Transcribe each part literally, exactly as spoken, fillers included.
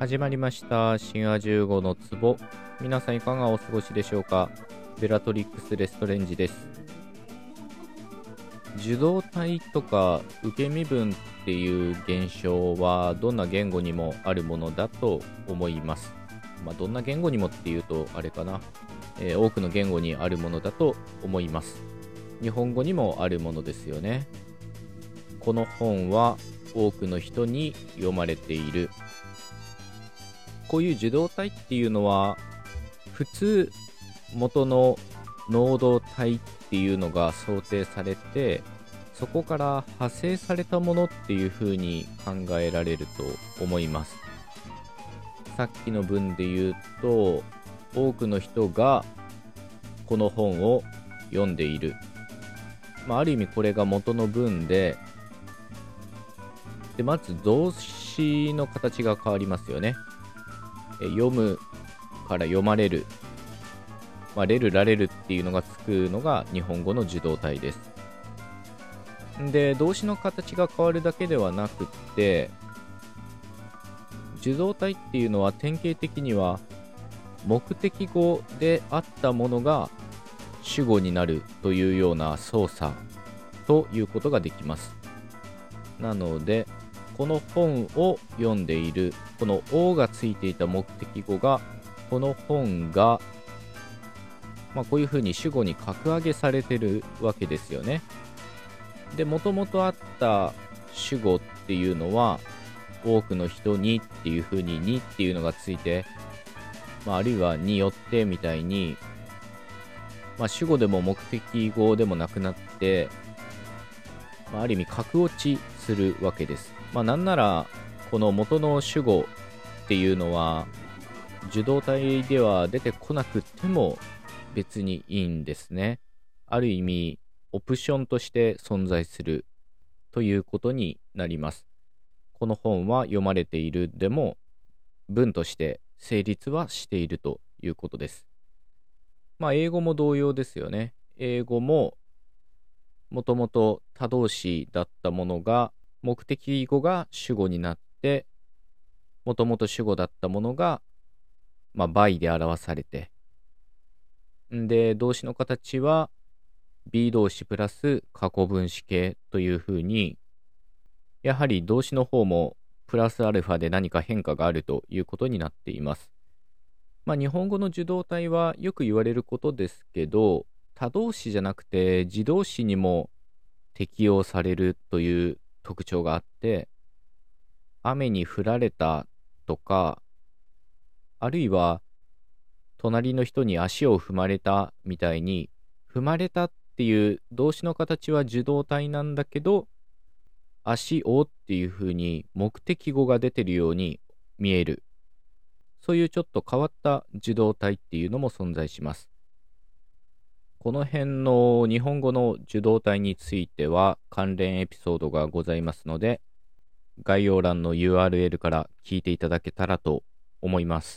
始まりました。深夜じゅうごの壺。皆さんいかがお過ごしでしょうか。ベラトリックス・レストレンジです。受動体とか受け身分っていう現象はどんな言語にもあるものだと思います。まあ、どんな言語にもっていうとあれかな、えー多くの言語にあるものだと思います。日本語にもあるものですよね。この本は多くの人に読まれている。こういう受動体っていうのは普通元の能動体っていうのが想定されて、そこから派生されたものっていう風に考えられると思います。さっきの文で言うと、多くの人がこの本を読んでいる。まあ、ある意味これが元の文で、でまず動詞の形が変わりますよね。え読むから読まれる、まあ、れるられるっていうのがつくのが日本語の受動体です。で、動詞の形が変わるだけではなくって、受動体っていうのは典型的には目的語であったものが主語になるというような操作ということができます。なので、この本を読んでいる、この「お」がついていた目的語が、この本が、まあ、こういうふうに主語に格上げされてるわけですよね。で、もともとあった主語っていうのは、多くの人にっていうふうに、にっていうのがついて、まあ、あるいはによってみたいに、まあ、主語でも目的語でもなくなって、まあ、ある意味格落ちするわけです。まあ、なんならこの元の主語っていうのは受動体では出てこなくても別にいいんですね。ある意味オプションとして存在するということになります。この本は読まれているでも文として成立はしているということです。まあ英語も同様ですよね。英語ももともと他動詞だったものが目的語が主語になって、もともと主語だったものが、まあ、by で表されて、んで動詞の形は be 動詞プラス過去分詞形というふうに、やはり動詞の方もプラスアルファで何か変化があるということになっています。まあ、日本語の受動体はよく言われることですけど、他動詞じゃなくて自動詞にも適用されるという特徴があって、雨に降られたとか、あるいは隣の人に足を踏まれたみたいに、踏まれたっていう動詞の形は受動体なんだけど、足をっていう風に目的語が出てるように見える。そういうちょっと変わった受動体っていうのも存在します。この辺の日本語の受動体については関連エピソードがございますので、概要欄の ユーアールエル から聞いていただけたらと思います。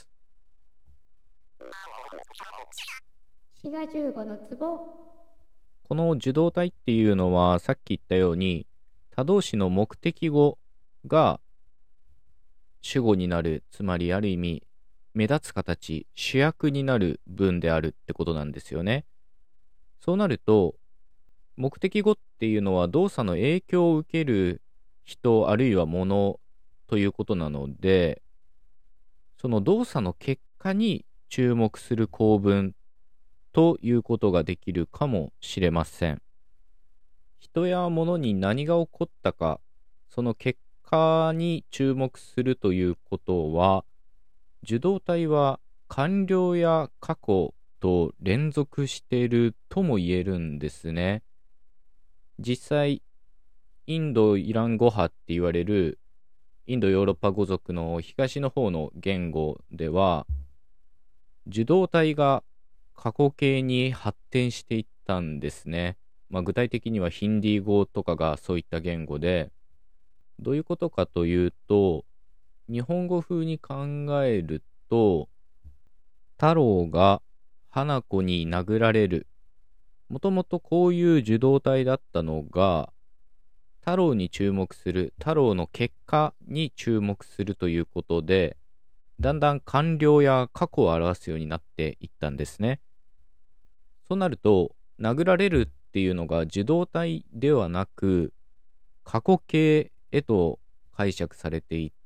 滋賀じゅうごの壺。 この受動体っていうのはさっき言ったように他動詞の目的語が主語になる、つまりある意味目立つ形、主役になる文であるってことなんですよね。そうなると目的語っていうのは動作の影響を受ける人あるいは物ということなので、その動作の結果に注目する構文ということができるかもしれません。人や物に何が起こったか、その結果に注目するということは、受動体は完了や過去と連続しているとも言えるんですね。実際、インド・イラン語派って言われるインド・ヨーロッパ語族の東の方の言語では、受動体が過去形に発展していったんですね。まあ、具体的にはヒンディー語とかがそういった言語で、どういうことかというと、日本語風に考えると、太郎が花子に殴られる。もともとこういう受動体だったのが、太郎に注目する、太郎の結果に注目するということで、 だんだん完了や過去を表すようになっていったんですね。そうなると、殴られるっていうのが受動体ではなく、過去形へと解釈されていって、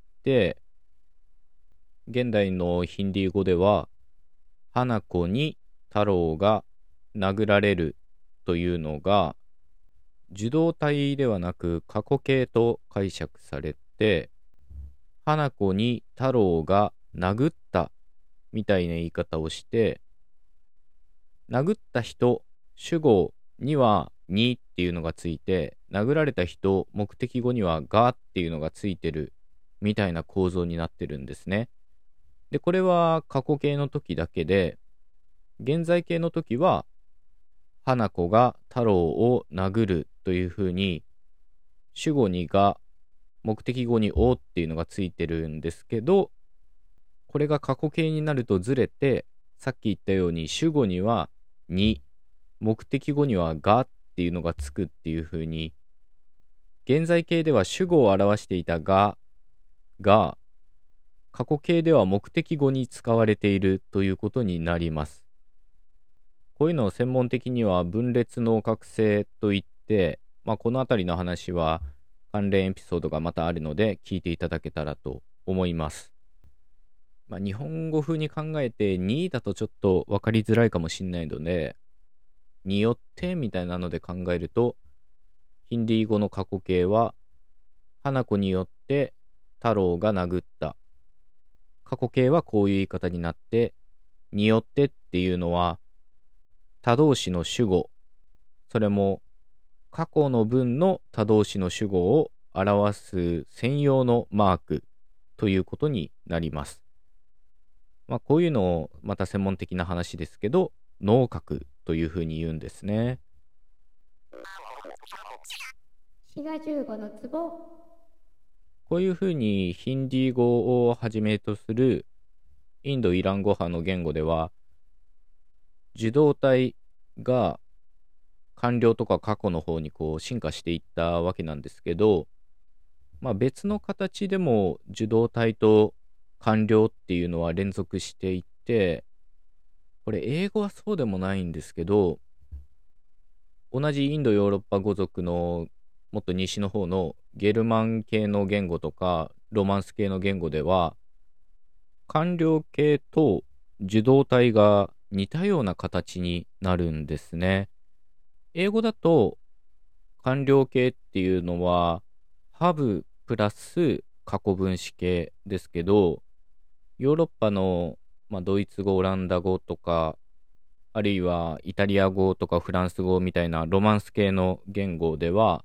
現代のヒンディー語では、花子に太郎が殴られるというのが、受動体ではなく過去形と解釈されて、花子に太郎が殴ったみたいな言い方をして、殴った人、主語にはにっていうのがついて、殴られた人、目的語にはがっていうのがついてるみたいな構造になってるんですね。で、これは過去形の時だけで、現在形の時は、花子が太郎を殴るというふうに、主語にが、目的語におっていうのがついてるんですけど、これが過去形になるとずれて、さっき言ったように主語にはに、目的語にはがっていうのがつくっていうふうに、現在形では主語を表していたがが、過去形では目的語に使われているということになります。こういうのを専門的には分裂脳覚醒といって、まあ、このあたりの話は関連エピソードがまたあるので聞いていただけたらと思います。まあ、日本語風に考えてにだとちょっと分かりづらいかもしれないので、によってみたいなので考えると、ヒンディー語の過去形は、花子によって太郎が殴った。過去形はこういう言い方になって、によってっていうのは、他動詞の主語、それも過去の文の他動詞の主語を表す専用のマークということになります。まあ、こういうのをまた専門的な話ですけど、脳核というふうに言うんですね。 滋賀じゅうごの壺。 こういうふうにヒンディー語をはじめとするインド・イラン語派の言語では、受動体が完了とか過去の方にこう進化していったわけなんですけど、まあ、別の形でも受動体と完了っていうのは連続していって、これ英語はそうでもないんですけど、同じインドヨーロッパ語族のもっと西の方のゲルマン系の言語とかロマンス系の言語では、完了形と受動体が似たような形になるんですね。英語だと完了形っていうのはハブプラス過去分詞形ですけど、ヨーロッパの、まあ、ドイツ語、オランダ語とか、あるいはイタリア語とかフランス語みたいなロマンス系の言語では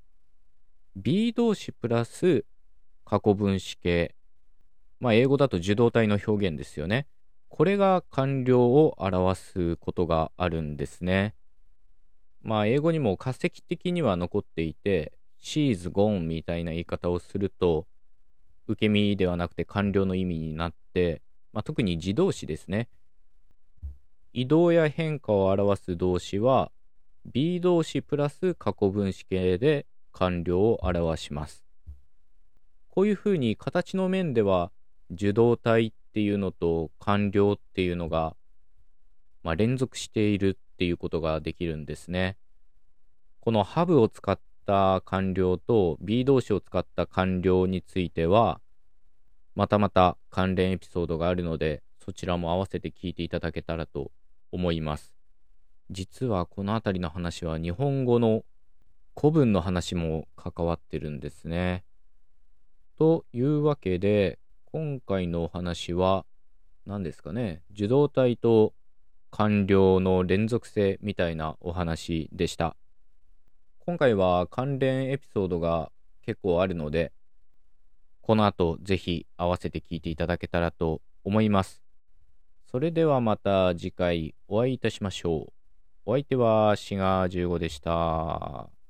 B 動詞プラス過去分詞形、まあ英語だと受動体の表現ですよね。これが完了を表すことがあるんですね。まあ英語にも化石的には残っていて、she is gone みたいな言い方をすると受け身ではなくて完了の意味になって、まあ、特に自動詞ですね。移動や変化を表す動詞は B 動詞プラス過去分詞形で完了を表します。こういうふうに形の面では受動体っていうのと完了っていうのが、まあ、連続しているっていうことができるんですね。この have を使った完了と B 動詞を使った完了については、またまた関連エピソードがあるので、そちらも合わせて聞いていただけたらと思います。実はこのあたりの話は日本語の古文の話も関わってるんですね。というわけで、今回のお話は何ですかね、受動体と完了の連続性みたいなお話でした。今回は関連エピソードが結構あるので、この後ぜひ合わせて聞いていただけたらと思います。それではまた次回お会いいたしましょう。お相手はシガじゅうごでした。